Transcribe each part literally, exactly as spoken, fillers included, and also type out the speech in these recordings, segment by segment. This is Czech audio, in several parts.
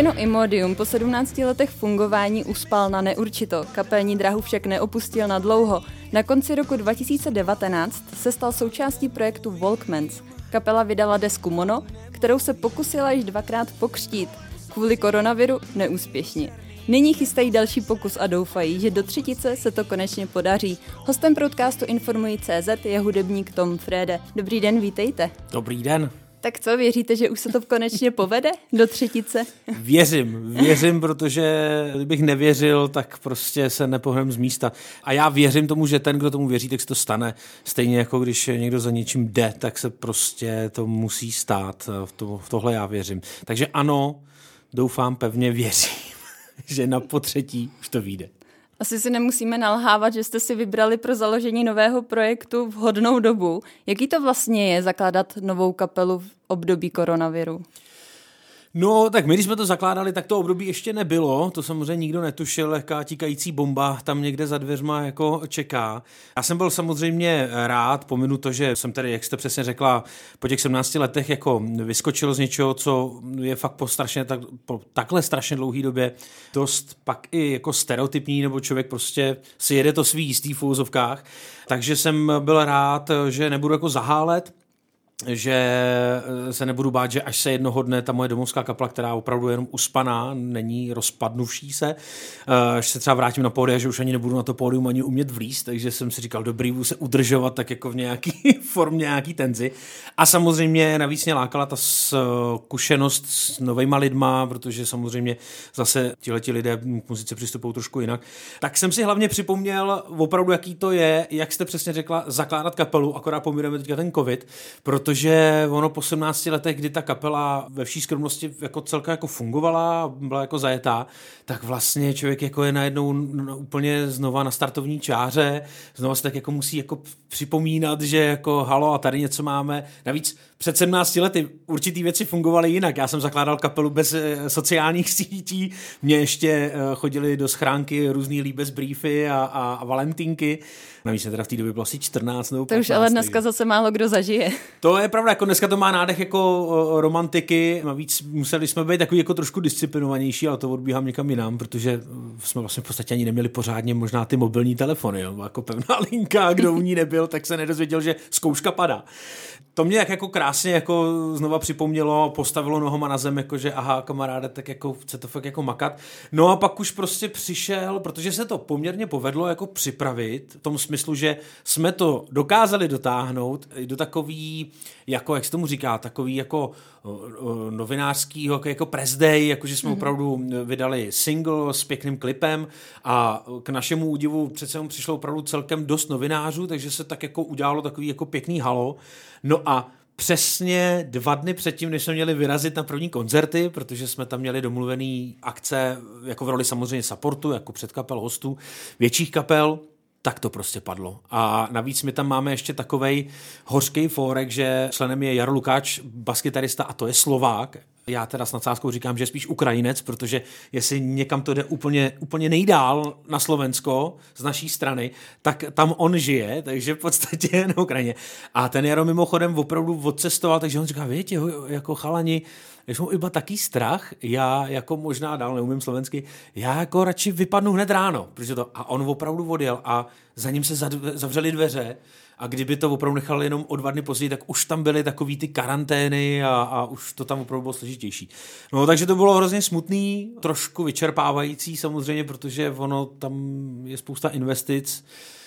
Skupinu Imodium po sedmnácti letech fungování uspal na neurčito, kapelní dráhu však neopustil na dlouho. Na konci roku dva tisíce devatenáct se stal součástí projektu Walkmans. Kapela vydala desku Mono, kterou se pokusila již dvakrát pokřtít. Kvůli koronaviru neúspěšně. Nyní chystají další pokus a doufají, že do třetice se to konečně podaří. Hostem podcastu Informuj tečka cé zet je hudebník Tom Frede. Dobrý den, vítejte. Dobrý den. Tak co, věříte, že už se to konečně povede do třetice? Věřím, věřím, protože kdybych nevěřil, tak prostě se nepohnem z místa. A já věřím tomu, že ten, kdo tomu věří, tak se to stane. Stejně jako když někdo za něčím jde, tak se prostě to musí stát. V, to, v tohle já věřím. Takže ano, doufám, pevně věřím, že na potřetí už to vyjde. Asi si nemusíme nalhávat, že jste si vybrali pro založení nového projektu vhodnou dobu. Jaký to vlastně je zakládat novou kapelu v období koronaviru? No, tak my, když jsme to zakládali, tak to období ještě nebylo. To samozřejmě nikdo netušil, jaká tikající bomba tam někde za dveřma jako čeká. Já jsem byl samozřejmě rád, pominu to, že jsem tady, jak jste přesně řekla, po těch sedmnácti letech jako vyskočil z něčeho, co je fakt po, strašně, tak, po takhle strašně dlouhý době dost pak i jako stereotypní, nebo člověk prostě si jede to svý jistý v úvozovkách. Takže jsem byl rád, že nebudu jako zahálet, že se nebudu bát, že až se jednoho dne ta moje domovská kapela, která opravdu je jenom uspaná, není rozpadnuvší se, až se třeba vrátím na pódia, že už ani nebudu na to pódium ani umět vlízt, takže jsem si říkal, dobrý, budu se udržovat tak jako v nějaký formě, nějaký tenzi. A samozřejmě navíc mě lákala ta zkušenost s novejma lidma, protože samozřejmě zase tihleti lidé k muzice přistupují trošku jinak. Tak jsem si hlavně připomněl opravdu, jaký to je, jak jste přesně řekla, zakládat kapelu, akorát pomíráme teďka ten covid, protože Protože ono po sedmnácti letech, kdy ta kapela ve vší skromnosti jako celka jako fungovala, byla jako zajetá, tak vlastně člověk jako je najednou úplně znova na startovní čáře, znova se tak jako musí jako připomínat, že jako halo a tady něco máme. Navíc před sedmnácti lety určitý věci fungovaly jinak. Já jsem zakládal kapelu bez sociálních sítí, mě ještě chodili do schránky různý líbez briefy a, a, a valentínky. Navíc teda v té době bylo asi čtrnáct nebo patnáct. To už ale dneska zase málo kdo zažije. To je pravda, jako dneska to má nádech jako romantiky, navíc museli jsme být takový jako trošku disciplinovanější, ale to odbíhám někam jinam, protože jsme vlastně v podstatě ani neměli pořádně možná ty mobilní telefony, jo? Jako pevná linka, kdo u ní nebyl, tak se nedozvěděl, že zkouška padá. To mě jak jako krásně jako znova připomnělo, postavilo nohama na zem, jakože aha, kamaráde, tak jako chce to fakt jako makat. No a pak už prostě přišel, protože se to poměrně povedlo jako připravit, v tom smyslu, že jsme to dokázali dotáhnout do takový, jako jak se tomu říká, takový jako novinářský jako, jako press day, jakože jsme mm-hmm. opravdu vydali single s pěkným klipem a k našemu údivu přece mu přišlo opravdu celkem dost novinářů, takže se tak jako udělalo takový jako pěkný halo. No a přesně dva dny předtím, než jsme měli vyrazit na první koncerty, protože jsme tam měli domluvený akce jako v roli samozřejmě supportu, jako předkapel hostů, větších kapel, tak to prostě padlo. A navíc my tam máme ještě takovej hořký fórek, že členem je Jaro Lukáč, baskytarista, a to je Slovák. Já teda s nadsázkou říkám, že je spíš Ukrajinec, protože jestli někam to jde úplně, úplně nejdál na Slovensko z naší strany, tak tam on žije, takže v podstatě je na Ukrajině. A ten Jaro mimochodem opravdu odcestoval, takže on říká, víte, jako chalani, když mám iba taký strach, já jako možná dál neumím slovensky, já jako radši vypadnu hned ráno, protože to, a on opravdu odjel a za ním se zavřely dveře a kdyby to opravdu nechal jenom o dva dny později, tak už tam byly takový ty karantény a, a už to tam opravdu bylo složitější. No takže to bylo hrozně smutný, trošku vyčerpávající samozřejmě, protože ono tam je spousta investic,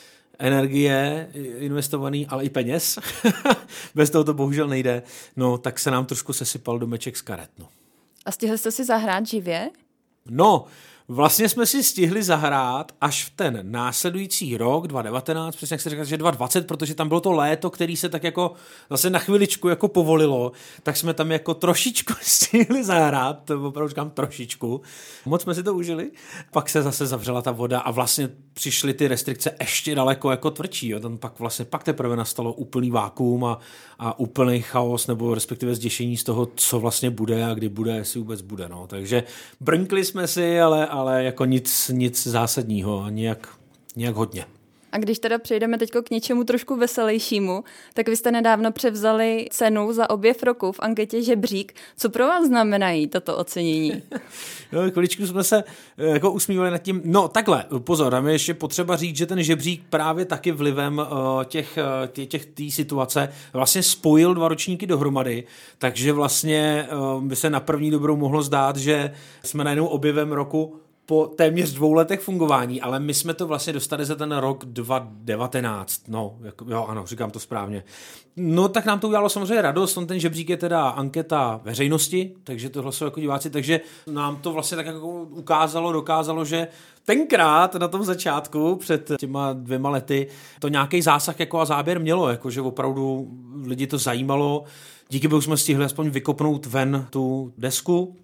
energie investovaný, ale i peněz. Bez toho to bohužel nejde. No, tak se nám trošku sesypal domeček z karet. No. A stihli jste si zahrát živě? No, vlastně jsme si stihli zahrát až v ten následující rok, dva tisíce devatenáct, přesně jak se říká, že dva tisíce dvacet, protože tam bylo to léto, který se tak jako zase na chviličku jako povolilo, tak jsme tam jako trošičku stihli zahrát, to opravdu říkám trošičku. Moc jsme si to užili. Pak se zase zavřela ta voda a vlastně přišly ty restrikce ještě daleko jako tvrdší. Jo. Tam pak vlastně pak teprve nastalo úplný vákuum a, a úplný chaos, nebo respektive zděšení z toho, co vlastně bude a kdy bude, jestli vůbec bude. No. Takže brnkli jsme si, ale ale jako nic, nic zásadního, nějak, nějak hodně. A A když teda přejdeme teď k něčemu trošku veselějšímu, tak vy jste nedávno převzali cenu za objev roku v anketě Žebřík. Co pro vás znamenají tato ocenění? No, chviličku jsme se jako usmívali nad tím. No takhle, pozor, tam je ještě potřeba říct, že ten žebřík právě taky vlivem uh, těch, uh, těch tý situace vlastně spojil dva ročníky dohromady, takže vlastně uh, by se na první dobrou mohlo zdát, že jsme najednou objevem roku po téměř dvou letech fungování, ale my jsme to vlastně dostali za ten rok dva tisíce devatenáct. No, jako, jo, ano, říkám to správně. No, tak nám to udělalo samozřejmě radost. On ten žebřík je teda anketa veřejnosti, takže tohle jsou jako diváci, takže nám to vlastně tak jako ukázalo, dokázalo, že tenkrát na tom začátku, před těma dvěma lety, to nějaký zásah jako a záběr mělo, jako že opravdu lidi to zajímalo. Díky bohu jsme stihli aspoň vykopnout ven tu desku.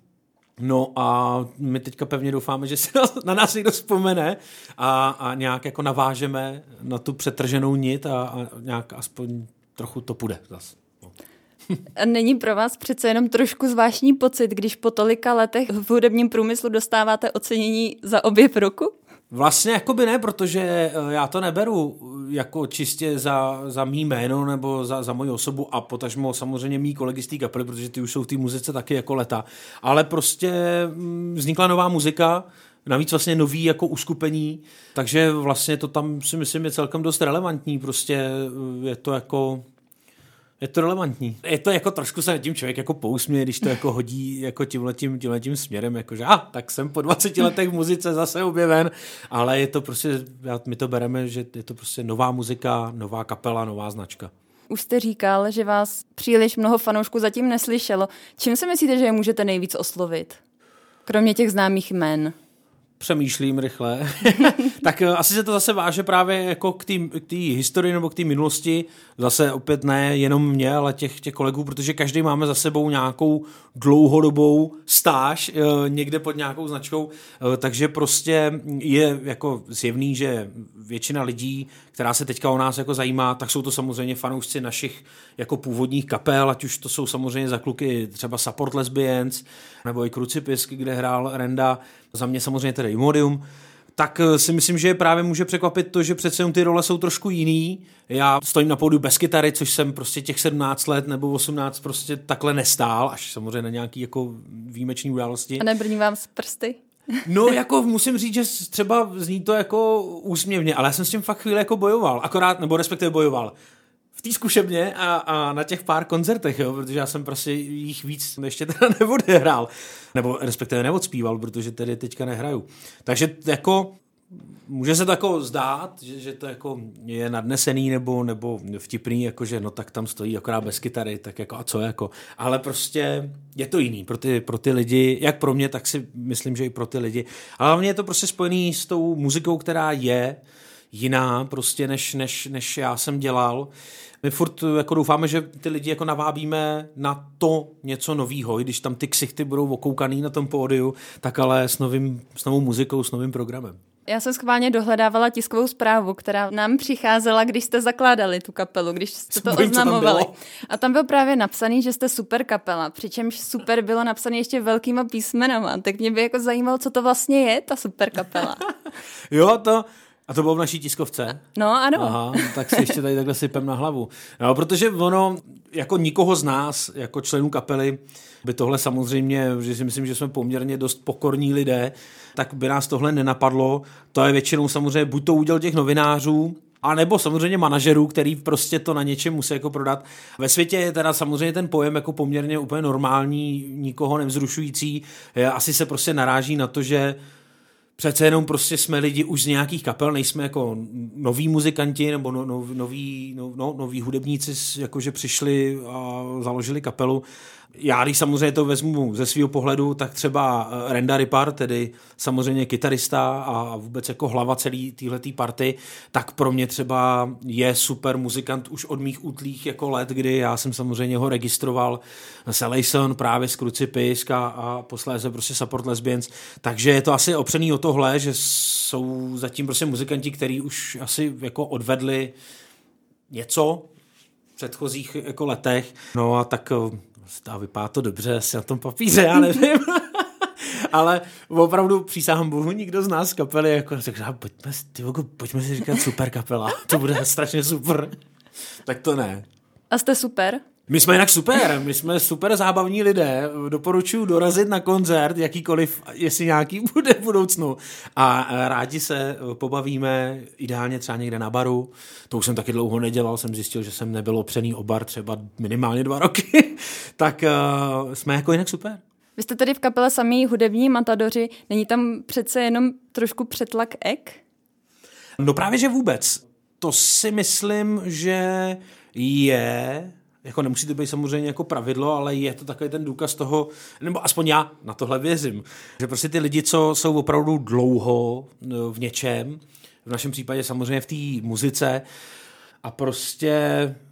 No a my teďka pevně doufáme, že se na nás někdo vzpomene a, a nějak jako navážeme na tu přetrženou nit a, a nějak aspoň trochu to půjde zase. No. A není pro vás přece jenom trošku zvláštní pocit, když po tolika letech v hudebním průmyslu dostáváte ocenění za objev roku? Vlastně jakoby ne, protože já to neberu jako čistě za, za mý jméno nebo za, za moji osobu a potažmo samozřejmě mý kolegy z té kapely, protože ty už jsou v té muzice taky jako leta. Ale prostě vznikla nová muzika, navíc vlastně nový jako uskupení, takže vlastně to tam si myslím je celkem dost relevantní, prostě je to jako... Je to relevantní. Je to jako trošku se tím člověk jako pousměje, když to jako hodí jako tímhletím, tímhletím směrem, jakože a, tak jsem po dvaceti letech v muzice zase objeven, ale je to prostě, my to bereme, že je to prostě nová muzika, nová kapela, nová značka. Už jste říkal, že vás příliš mnoho fanoušků zatím neslyšelo. Čím si myslíte, že je můžete nejvíc oslovit? Kromě těch známých jmen. Přemýšlím rychle. Tak asi se to zase váže právě jako k té historii nebo k té minulosti. Zase opět ne jenom mě, ale těch, těch kolegů, protože každý máme za sebou nějakou dlouhodobou stáž e, někde pod nějakou značkou, e, takže prostě je jako zjevný, že většina lidí, která se teďka o nás jako zajímá, tak jsou to samozřejmě fanoušci našich jako původních kapel, ať už to jsou samozřejmě za kluky třeba Support Lesbians, nebo i Crucifix, kde hrál Renda, za mě samozřejmě tedy Imodium, tak si myslím, že právě může překvapit to, že přece jen ty role jsou trošku jiný. Já stojím na pódiu bez kytary, což jsem prostě těch sedmnáct let nebo osmnáct prostě takhle nestál, až samozřejmě na nějaký jako výjimečný události. A nebrní vám z prsty? No jako musím říct, že třeba zní to jako úsměvně, ale já jsem s tím fakt chvíli jako bojoval, akorát, nebo respektive bojoval. V té zkušebně a, a na těch pár koncertech, jo, protože já jsem prostě jich víc ještě teda neodehrál, nebo respektive neodspíval, protože tedy teďka nehraju. Takže jako může se to jako zdát, že, že to jako je nadnesený nebo, nebo vtipný, jakože no tak tam stojí akorát bez kytary, tak jako a co jako, ale prostě je to jiný pro ty, pro ty lidi, jak pro mě, tak si myslím, že i pro ty lidi, ale hlavně je to prostě spojený s tou muzikou, která je jiná prostě, než, než, než já jsem dělal. My furt jako doufáme, že ty lidi jako navábíme na to něco novýho, i když tam ty ksichty budou okoukaný na tom pódiu, tak ale s, novým, s novou muzikou, s novým programem. Já jsem schválně dohledávala tiskovou zprávu, která nám přicházela, když jste zakládali tu kapelu, když jste to Bojím, oznamovali. Tam a tam byl právě napsaný, že jste super kapela, přičemž super bylo napsané ještě velkýma písmenama, tak mě by jako zajímalo, co to vlastně je, ta super kapela. Jo, to... A to bylo v naší tiskovce? No, ano. Aha, tak si ještě tady takhle sypem na hlavu. No, protože ono, jako nikoho z nás, jako členů kapely, by tohle samozřejmě, že si myslím, že jsme poměrně dost pokorní lidé, tak by nás tohle nenapadlo. To je většinou samozřejmě buď to úděl těch novinářů, a nebo samozřejmě manažerů, který prostě to na něčem musí jako prodat. Ve světě je teda samozřejmě ten pojem jako poměrně úplně normální, nikoho nevzrušující. Asi se prostě naráží na to, že přece jenom prostě jsme lidi už z nějakých kapel, nejsme jako noví muzikanti nebo no, no, noví, no, no, noví hudebníci, jakože přišli a založili kapelu. Já, když samozřejmě to vezmu ze svého pohledu, tak třeba Renda Ripar, tedy samozřejmě kytarista a vůbec jako hlava celý téhletý party, tak pro mě třeba je super muzikant už od mých útlých jako let, kdy já jsem samozřejmě ho registroval s Ellison právě z Crucifix a, a posléze prostě Support Lesbians, takže je to asi opřený o tohle, že jsou zatím prostě muzikanti, kteří už asi jako odvedli něco v předchozích jako letech, no a tak a vypadá to dobře asi na tom papíře, já nevím. Ale opravdu přísahám bohu, nikdo z nás z kapely jako řekl, pojďme, ty, pojďme si říkat super kapela, to bude strašně super. Tak to ne. A jste super? My jsme jinak super, my jsme super zábavní lidé, doporučuji dorazit na koncert, jakýkoliv, jestli nějaký bude v budoucnu a rádi se pobavíme, ideálně třeba někde na baru, to už jsem taky dlouho nedělal, jsem zjistil, že jsem nebyl opřený o bar třeba minimálně dva roky, tak uh, jsme jako jinak super. Vy jste tady v kapele samý hudební matadoři, není tam přece jenom trošku přetlak ek? No právě, že vůbec. To si myslím, že je... Jako nemusí to být samozřejmě jako pravidlo, ale je to takový ten důkaz toho, nebo aspoň já na tohle věřím, že prostě ty lidi, co jsou opravdu dlouho v něčem, v našem případě samozřejmě v té muzice a prostě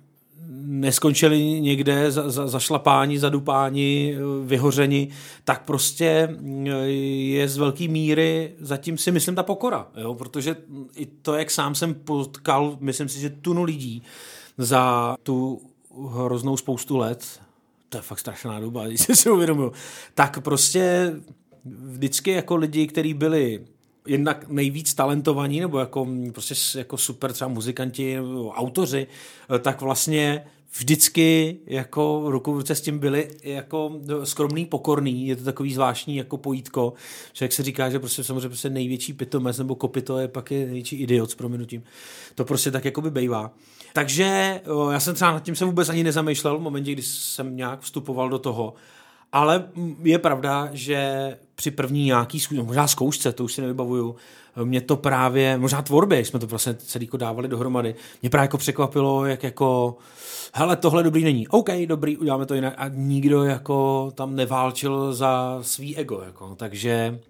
neskončili někde za, za, zašlapání, zadupání, vyhořeni, tak prostě je z velké míry zatím si myslím ta pokora, jo? Protože i to, jak sám jsem potkal, myslím si, že tunu lidí za tu hroznou spoustu let, to je fakt strašná doba, když jsem si uvědomil, tak prostě vždycky jako lidi, kteří byli jednak nejvíc talentovaní, nebo jako, prostě jako super třeba muzikanti, nebo autoři, tak vlastně vždycky jako ruku v ruce s tím byli jako skromný, pokorný, je to takový zvláštní jako pojítko, že jak se říká, že prostě samozřejmě prostě největší pitomec nebo kopito je pak je největší idiot s prominutím. To prostě tak jako by bejvá. Takže já jsem třeba nad tím se vůbec ani nezamýšlel v momentě, kdy jsem nějak vstupoval do toho, ale je pravda, že při první nějaký zkoušce, možná zkoušce, to už si nevybavuju, mě to právě, možná tvorbě, jsme to vlastně celý dávali dohromady, mě právě jako překvapilo, jak jako hele, tohle dobrý není. OK, dobrý, uděláme to jinak. A nikdo jako tam neválčil za svý ego. Jako. Takže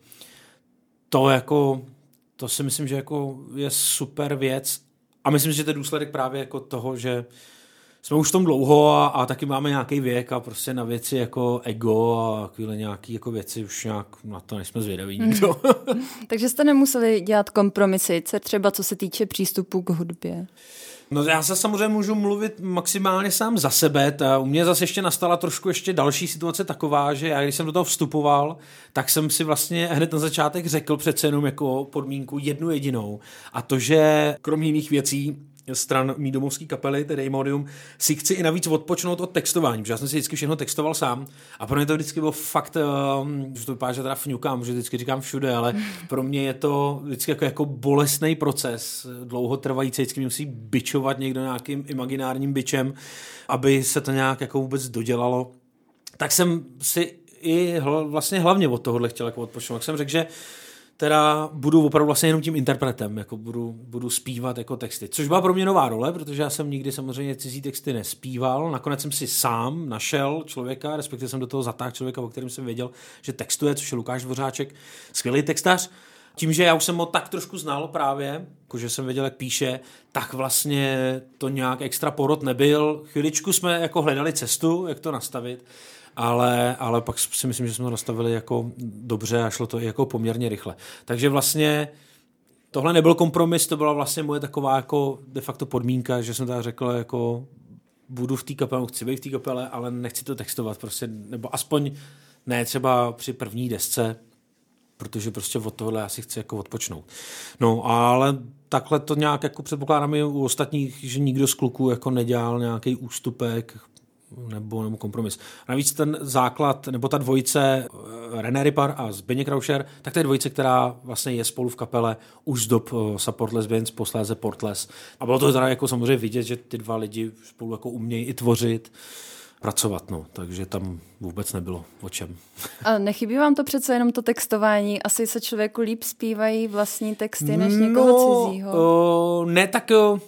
to jako, to si myslím, že jako je super věc. A myslím, že to je důsledek právě jako toho, že jsme už v tom dlouho a, a taky máme nějaký věk a prostě na věci jako ego a takové nějaké jako věci už nějak na to nejsme zvědaví nikdo. Takže jste nemuseli dělat kompromisy, třeba co se týče přístupu k hudbě? No já se samozřejmě můžu mluvit maximálně sám za sebe. Ta, u mě zase ještě nastala trošku ještě další situace taková, že já když jsem do toho vstupoval, tak jsem si vlastně hned na začátek řekl přece jenom jako podmínku jednu jedinou. A to, že kromě jiných věcí stran mý domovský kapely, tedy Imodium, si chci i navíc odpočnout od textování, protože já jsem si vždycky všechno textoval sám a pro mě to vždycky bylo fakt, um, že to vypadá, že teda fňukám, že vždycky říkám všude, ale pro mě je to vždycky jako, jako bolestný proces, dlouhotrvající, vždycky musí bičovat někdo nějakým imaginárním bičem, aby se to nějak jako vůbec dodělalo. Tak jsem si i hl, vlastně hlavně od tohohle chtěl jako odpočnout. Tak jsem řekl, že teda budu opravdu vlastně jenom tím interpretem, jako budu, budu zpívat jako texty. Což byla pro mě nová role, protože já jsem nikdy samozřejmě cizí texty nespíval. Nakonec jsem si sám našel člověka, respektive jsem do toho zatáhl člověka, o kterém jsem věděl, že textuje, což je Lukáš Dvořáček, skvělý textař. Tím, že já už jsem ho tak trošku znal právě, jakože jsem věděl, jak píše, tak vlastně to nějak extra porod nebyl. Chviličku jsme jako hledali cestu, jak to nastavit. Ale, ale pak si myslím, že jsme to nastavili jako dobře a šlo to i jako poměrně rychle. Takže vlastně tohle nebyl kompromis, to byla vlastně moje taková jako de facto podmínka, že jsem teda řekl jako budu v té kapele, chci být v té kapele, ale nechci to textovat prostě, nebo aspoň ne třeba při první desce, protože prostě od tohle já si chci jako odpočnout. No ale takhle to nějak jako předpokládám i u ostatních, že nikdo z kluků jako nedělal nějaký ústupek, nebo, nebo kompromis. Navíc ten základ, nebo ta dvojice René Ripar a Zbyněk Rauscher, tak to je dvojice, která vlastně je spolu v kapele už z dob Support Lesbians, posléze Portless. A bylo to teda jako samozřejmě vidět, že ty dva lidi spolu jako umějí i tvořit, pracovat, no. Takže tam vůbec nebylo o čem. A nechybí vám to přece jenom to textování? Asi se člověku líp zpívají vlastní texty než někoho no, cizího. O, ne, tak jo.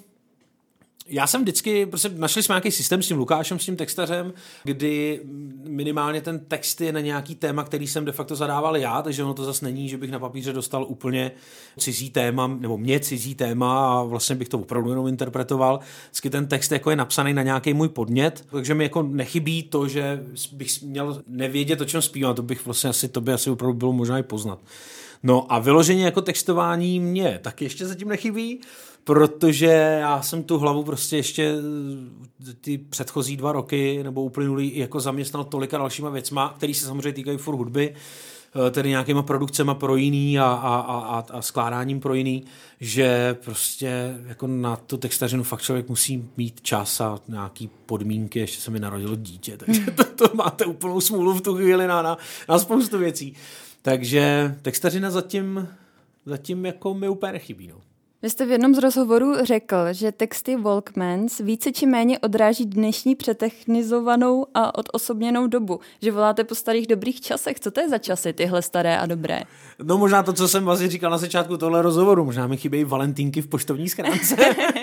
Já jsem vždycky, prostě našli jsme nějaký systém s tím Lukášem, s tím textařem, kdy minimálně ten text je na nějaký téma, který jsem de facto zadával já, takže ono to zase není, že bych na papíře dostal úplně cizí téma, nebo mě cizí téma a vlastně bych to opravdu jenom interpretoval. Vždycky ten text jako je napsaný na nějaký můj podnět, takže mi jako nechybí to, že bych měl nevědět, o čem zpívám, to bych vlastně asi, to by asi opravdu bylo možná i poznat. No a vyloženě jako textování mě taky ještě zatím nechybí, protože já jsem tu hlavu prostě ještě ty předchozí dva roky nebo uplynulý jako zaměstnal tolika dalšíma věcma, který se samozřejmě týkají furt hudby. tedy nějakýma produkcema pro jiný a, a, a, a skládáním pro jiný, že prostě jako na tu textařinu fakt člověk musí mít čas a nějaký podmínky, ještě se mi narodilo dítě, takže to, to máte úplnou smůlu v tu chvíli na, na, na spoustu věcí. Takže textařina zatím, zatím jako mi úplně nechybí. No. Vy jste v jednom z rozhovorů řekl, že texty Walkmans více či méně odráží dnešní přetechnizovanou a odosobněnou dobu. Že voláte po starých dobrých časech. Co to je za časy, tyhle staré a dobré? No možná to, co jsem vlastně říkal na začátku tohle rozhovoru. Možná mi chybějí valentínky v poštovní schránce.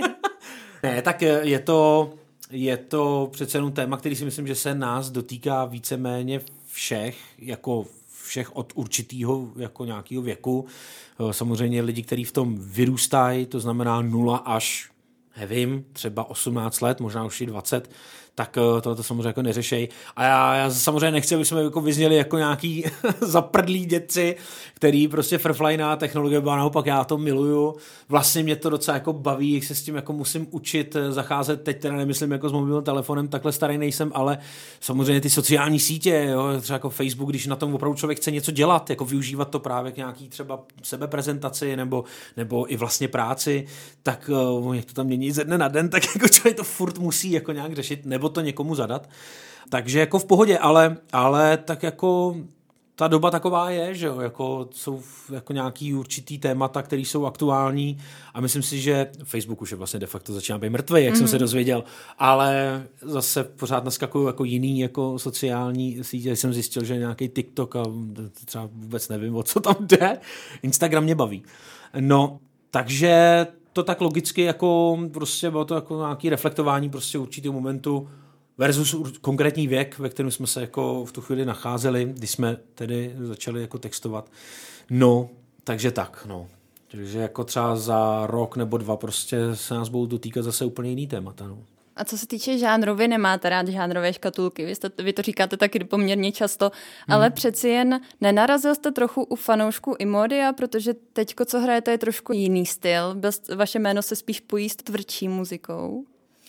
Ne, tak je to, je to přece jenom téma, který si myslím, že se nás dotýká víceméně všech, jako všech od určitého jako nějakého věku. Samozřejmě lidi, kteří v tom vyrůstají, to znamená nula až, nevím, třeba osmnáct let, možná už i dvacet, tak tohle to samozřejmě jako neřešej. A já, já samozřejmě nechci, aby jsme jako vyzněli jako nějaký zaprdlí dětci, který prostě frflají na technologie, a naopak já to miluju. Vlastně mě to docela jako baví, jak se s tím jako musím učit zacházet. Teď teda nemyslím jako s mobilním telefonem, takhle starý nejsem, ale samozřejmě ty sociální sítě, jo, třeba jako Facebook, když na tom opravdu člověk chce něco dělat, jako využívat to právě k nějaký třeba sebeprezentaci nebo, nebo i vlastně práci, tak uh, jak to tam mění ze dne na den, tak jako člověk to furt musí jako nějak řešit, nebo to někomu zadat. Takže jako v pohodě, ale, ale tak jako ta doba taková je, že jo, jako jsou jako nějaký určitý témata, které jsou aktuální a myslím si, že Facebook už je vlastně de facto začíná být mrtvý, jak mm. jsem se dozvěděl, ale zase pořád naskakují jako jiný jako sociální sítě, jsem zjistil, že nějaký TikTok a třeba vůbec nevím, o co tam jde. Instagram mě baví. No, takže to tak logicky jako prostě bylo to jako nějaký reflektování prostě určitého momentu versus konkrétní věk, ve kterém jsme se jako v tu chvíli nacházeli, když jsme tedy začali jako textovat. No, takže tak, no. Takže jako třeba za rok nebo dva prostě se nás budou dotýkat zase úplně jiný témata, no. A co se týče žánru, vy nemáte rád žánrové škatulky, vy, jste, vy to říkáte taky poměrně často, hmm. ale přeci jen nenarazil jste trochu u fanoušků Imodia, protože teďko, co hrajete, je trošku jiný styl. Vaše jméno se spíš pojí s tvrdší muzikou.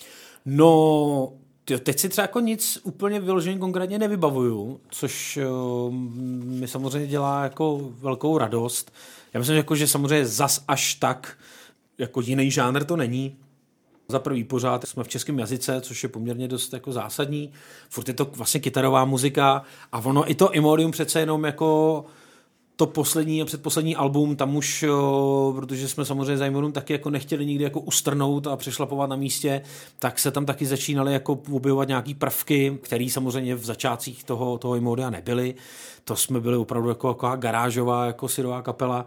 No, teď si třeba jako nic úplně vyloženě konkrétně nevybavuju, což uh, mi samozřejmě dělá jako velkou radost. Já myslím, jako, že samozřejmě zas až tak jako jiný žánr to není. Za prvý pořád jsme v českém jazyce, což je poměrně dost jako zásadní. Furt je to vlastně kytarová muzika a ono i to Imodium přece jenom jako to poslední a předposlední album, tam už, jo, protože jsme samozřejmě za Imodium taky jako nechtěli nikdy jako ustrnout a přešlapovat na místě, tak se tam taky začínaly jako objevovat nějaký prvky, které samozřejmě v začátcích toho, toho Imodia nebyly. To jsme byli opravdu jako, jako garážová, jako syrová kapela.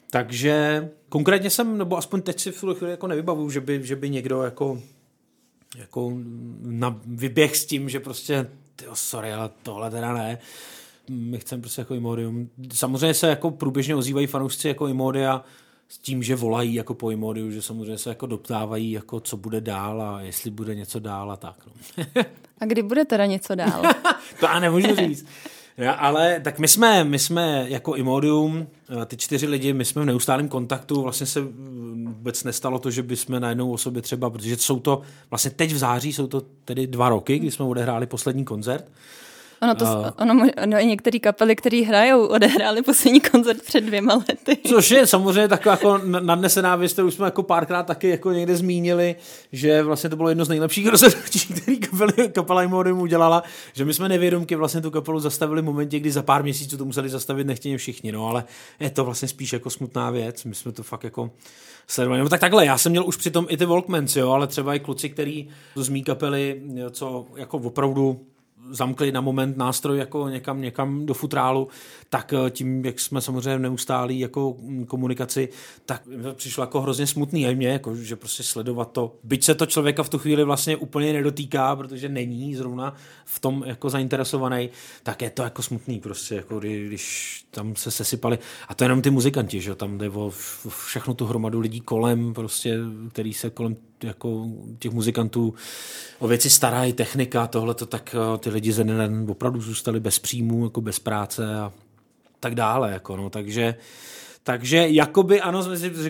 Takže konkrétně jsem, nebo aspoň teď si v tuhle chvíli jako nevybavuju, že by, že by někdo jako, jako na, vyběh s tím, že prostě, tyjo, sorry, ale tohle teda ne. My chceme prostě jako Imodium. Samozřejmě se jako průběžně ozývají fanoušci jako Imodia s tím, že volají jako po Imodiu, že samozřejmě se jako doptávají, jako co bude dál a jestli bude něco dál a tak. No. A kdy bude teda něco dál? To já nemůžu říct. Ja, ale tak my jsme, my jsme jako Imodium, ty čtyři lidi, my jsme v neustálém kontaktu, vlastně se vůbec nestalo to, že bychom najednou o sobě třeba, protože jsou to, vlastně teď v září jsou to tedy dva roky, kdy jsme odehráli poslední koncert. Ono, to, uh, ono, ono i některé kapely, které hrajou, odehráli poslední koncert před dvěma lety. Což je samozřejmě taková jako nadnesená věc, kterou jsme jako párkrát taky jako někde zmínili, že vlastně to bylo jedno z nejlepších rozhodnutí, který kapely, kapela Imodium udělala, že my jsme nevědomky vlastně tu kapelu zastavili v momentě, kdy za pár měsíců to museli zastavit nechtěně všichni, no ale je to vlastně spíš jako smutná věc, my jsme to fakt jako sledovali. No tak takhle, já jsem měl už přitom i ty Walkmans, jo, ale třeba i kluci, který z mý kapely, co jako opravdu zamkli na moment nástroj jako někam, někam do futrálu, tak tím, jak jsme samozřejmě neustálí jako komunikaci, tak přišlo jako hrozně smutný a mě, jako, že prostě sledovat to, byť se to člověka v tu chvíli vlastně úplně nedotýká, protože není zrovna v tom jako zainteresovaný, tak je to jako smutný prostě, jako když tam se sesypali, a to jenom ty muzikanti, že tam jde o všechnu tu hromadu lidí kolem, prostě, který se kolem jako těch muzikantů o věci starají, technika, tohleto, tak ty lidi ze den opravdu zůstali bez příjmu, jako bez práce a tak dále, jako no, takže takže jakoby, ano, jsme si říkali,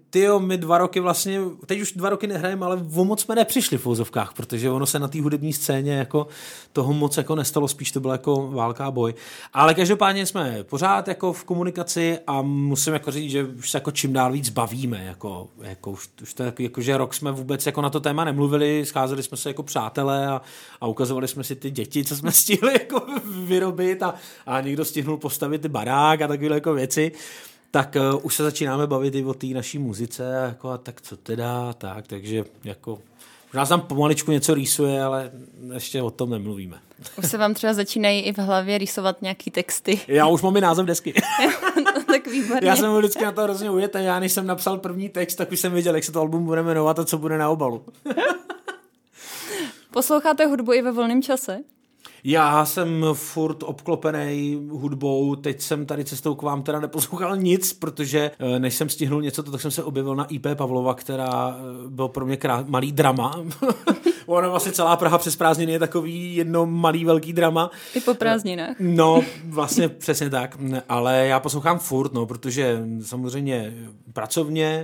Tyjo, my dva roky vlastně, teď už dva roky nehrajeme, ale o moc jsme nepřišli v fouzovkách, protože ono se na té hudební scéně jako toho moc jako nestalo, spíš to bylo jako válka a boj. Ale každopádně jsme pořád jako v komunikaci a musím jako říct, že už se jako čím dál víc bavíme, jako, jako už, už to je jako, jako, že rok jsme vůbec jako na to téma nemluvili, scházeli jsme se jako přátelé a, a ukazovali jsme si ty děti, co jsme stihli jako vyrobit a, a někdo stihnul postavit ty barák a takové jako věci. Tak uh, už se začínáme bavit i o té naší muzice, jako a tak co teda, tak, takže jako, možná tam pomaličku něco rýsuje, ale ještě o tom nemluvíme. Už se vám třeba začínají i v hlavě rýsovat nějaký texty. Já už mám i název desky. Tak výborně. Já jsem vždycky na to hrozně ujetý, já než jsem napsal první text, tak už jsem věděl, jak se to album bude jmenovat a co bude na obalu. Posloucháte hudbu i ve volném čase? Já jsem furt obklopený hudbou, teď jsem tady cestou k vám teda neposlouchal nic, protože než jsem stihnul něco, tak jsem se objevil na í pé Pavlova, která byl pro mě krá- malý drama. Ona vlastně celá Praha přes prázdniny je takový jedno malý velký drama. I po prázdninách. No, vlastně přesně tak, ale já poslouchám furt, no, protože samozřejmě pracovně,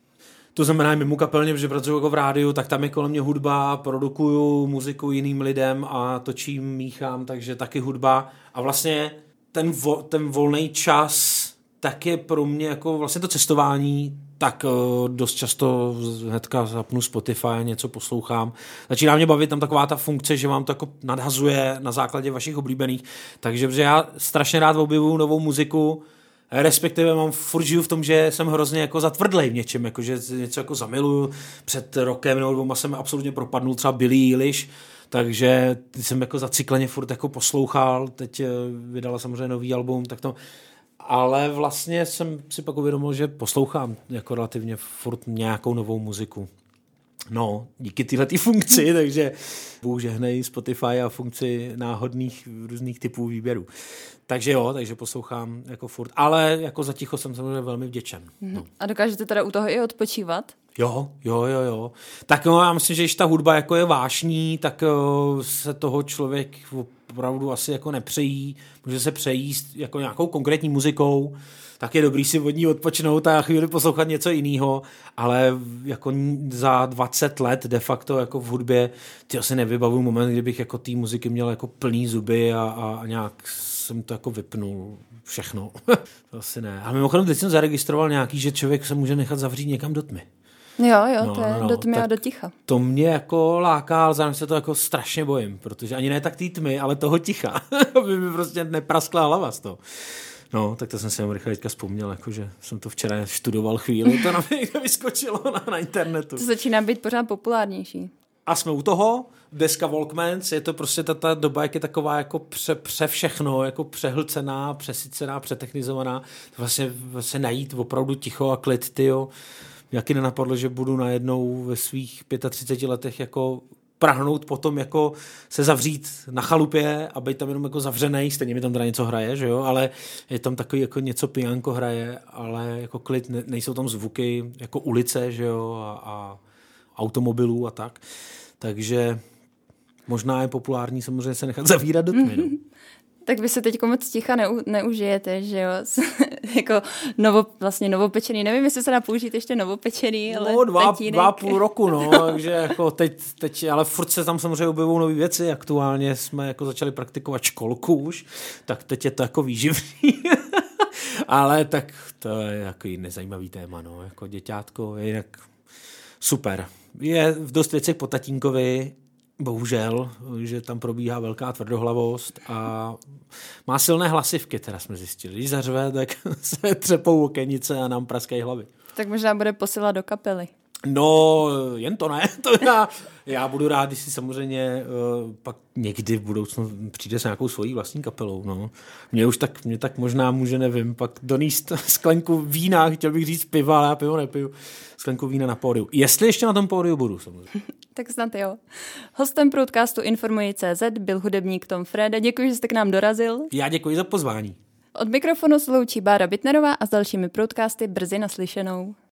to znamená i mimo kapelně, protože pracuji jako v rádiu, tak tam je kolem mě hudba, produkuju muziku jiným lidem a točím, míchám, takže taky hudba. A vlastně ten, vo, ten volný čas tak je pro mě jako vlastně to cestování, tak uh, dost často hnedka zapnu Spotify a něco poslouchám. Začíná mě bavit tam taková ta funkce, že vám to jako nadhazuje na základě vašich oblíbených. Takže protože já strašně rád objevuju novou muziku, respektive mám furt žiju v tom, že jsem hrozně jako zatvrdlej v něčem, jako že něco jako zamiluju. Před rokem nebo dvouma jsem absolutně propadnul třeba Billie Eilish, takže jsem jako zacykleně furt jako poslouchal, teď vydala samozřejmě nový album, tak to, ale vlastně jsem si pak uvědomil, že poslouchám jako relativně furt nějakou novou muziku. No, díky téhletý funkci, takže Bůh žehnej Spotify a funkci náhodných různých typů výběrů. Takže jo, takže poslouchám jako furt, ale jako za ticho jsem samozřejmě velmi vděčen. No. A dokážete teda u toho i odpočívat? Jo, jo, jo, jo. Tak no, já myslím, že když ta hudba jako je vášní, tak uh, se toho člověk opravdu asi jako nepřejí, může se přejíst jako nějakou konkrétní muzikou, tak je dobrý si od ní odpočnout a chvíli poslouchat něco jiného, ale jako za dvacet let de facto jako v hudbě ty asi nevybavuju moment, kdybych jako té muziky měl jako plný zuby a, a nějak jsem to jako vypnul všechno. To asi ne. Ale mimochodem teď jsem zaregistroval nějaký, že člověk se může nechat zavřít někam do tmy. Jo, jo, no, to je no, do tmy tak a do ticha. To mě jako láká, ale zároveň se to jako strašně bojím, protože ani ne tak té tmy, ale toho ticha. Aby mi prostě nepraskla hlava z toho. No, tak to jsem si jenom rychle teďka vzpomněl, jakože jsem to včera študoval chvíli, to na mě někde vyskočilo na, na internetu. To začíná být pořád populárnější. A jsme u toho, deska Walkmans, je to prostě ta, ta doba, jak je taková jako pře, pře všechno, jako přehlcená, přesycená, přetechnizovaná, vlastně, vlastně najít opravdu ticho a klid, tyjo. Jaký nenapadlo, že budu najednou ve svých třiceti pěti letech jako prahnout potom jako se zavřít na chalupě a být tam jenom jako zavřenej, stejně mi tam teda něco hraje, že jo, ale je tam takový jako něco pijánko hraje, ale jako klid, ne, nejsou tam zvuky jako ulice, že jo, a, a automobilů a tak, takže možná je populární samozřejmě se nechat zavírat do tmy, no. Tak vy se teď moc ticha neu, neužijete, že jo? Jako novo, vlastně novopečený. Nevím, jestli se dá použít ještě novopečený, ale no, dva, tatínek. dva půl roku, no, takže jako teď, teď, ale furt se tam samozřejmě objevují nové věci. Aktuálně jsme jako začali praktikovat školku už, tak teď je to jako výživný. Ale tak to je jako nezajímavý téma, no, jako děťátko je jinak super. Je v dost věcech po tatínkovi, bohužel, že tam probíhá velká tvrdohlavost a má silné hlasivky, teda jsme zjistili. Když zařve, tak se třepou okenice a nám praskají hlavy. Tak možná bude posílat do kapely. No, jen to ne. To já, já budu rád, když si samozřejmě uh, pak někdy v budoucnu přijde s nějakou svojí vlastní kapelou. No. Mě už tak, mě tak možná může, nevím, pak donést sklenku vína, chtěl bych říct piva, ale já pivo nepiju, sklenku vína na pódiu. Jestli ještě na tom pódiu budu, samozřejmě. Tak snad jo. Hostem podcastu Informuji tečka cé zet byl hudebník Tom Freda. Děkuji, že jste k nám dorazil. Já děkuji za pozvání. Od mikrofonu se loučí Bára Bitnerová a s dalšími podcasty brzy naslyšenou.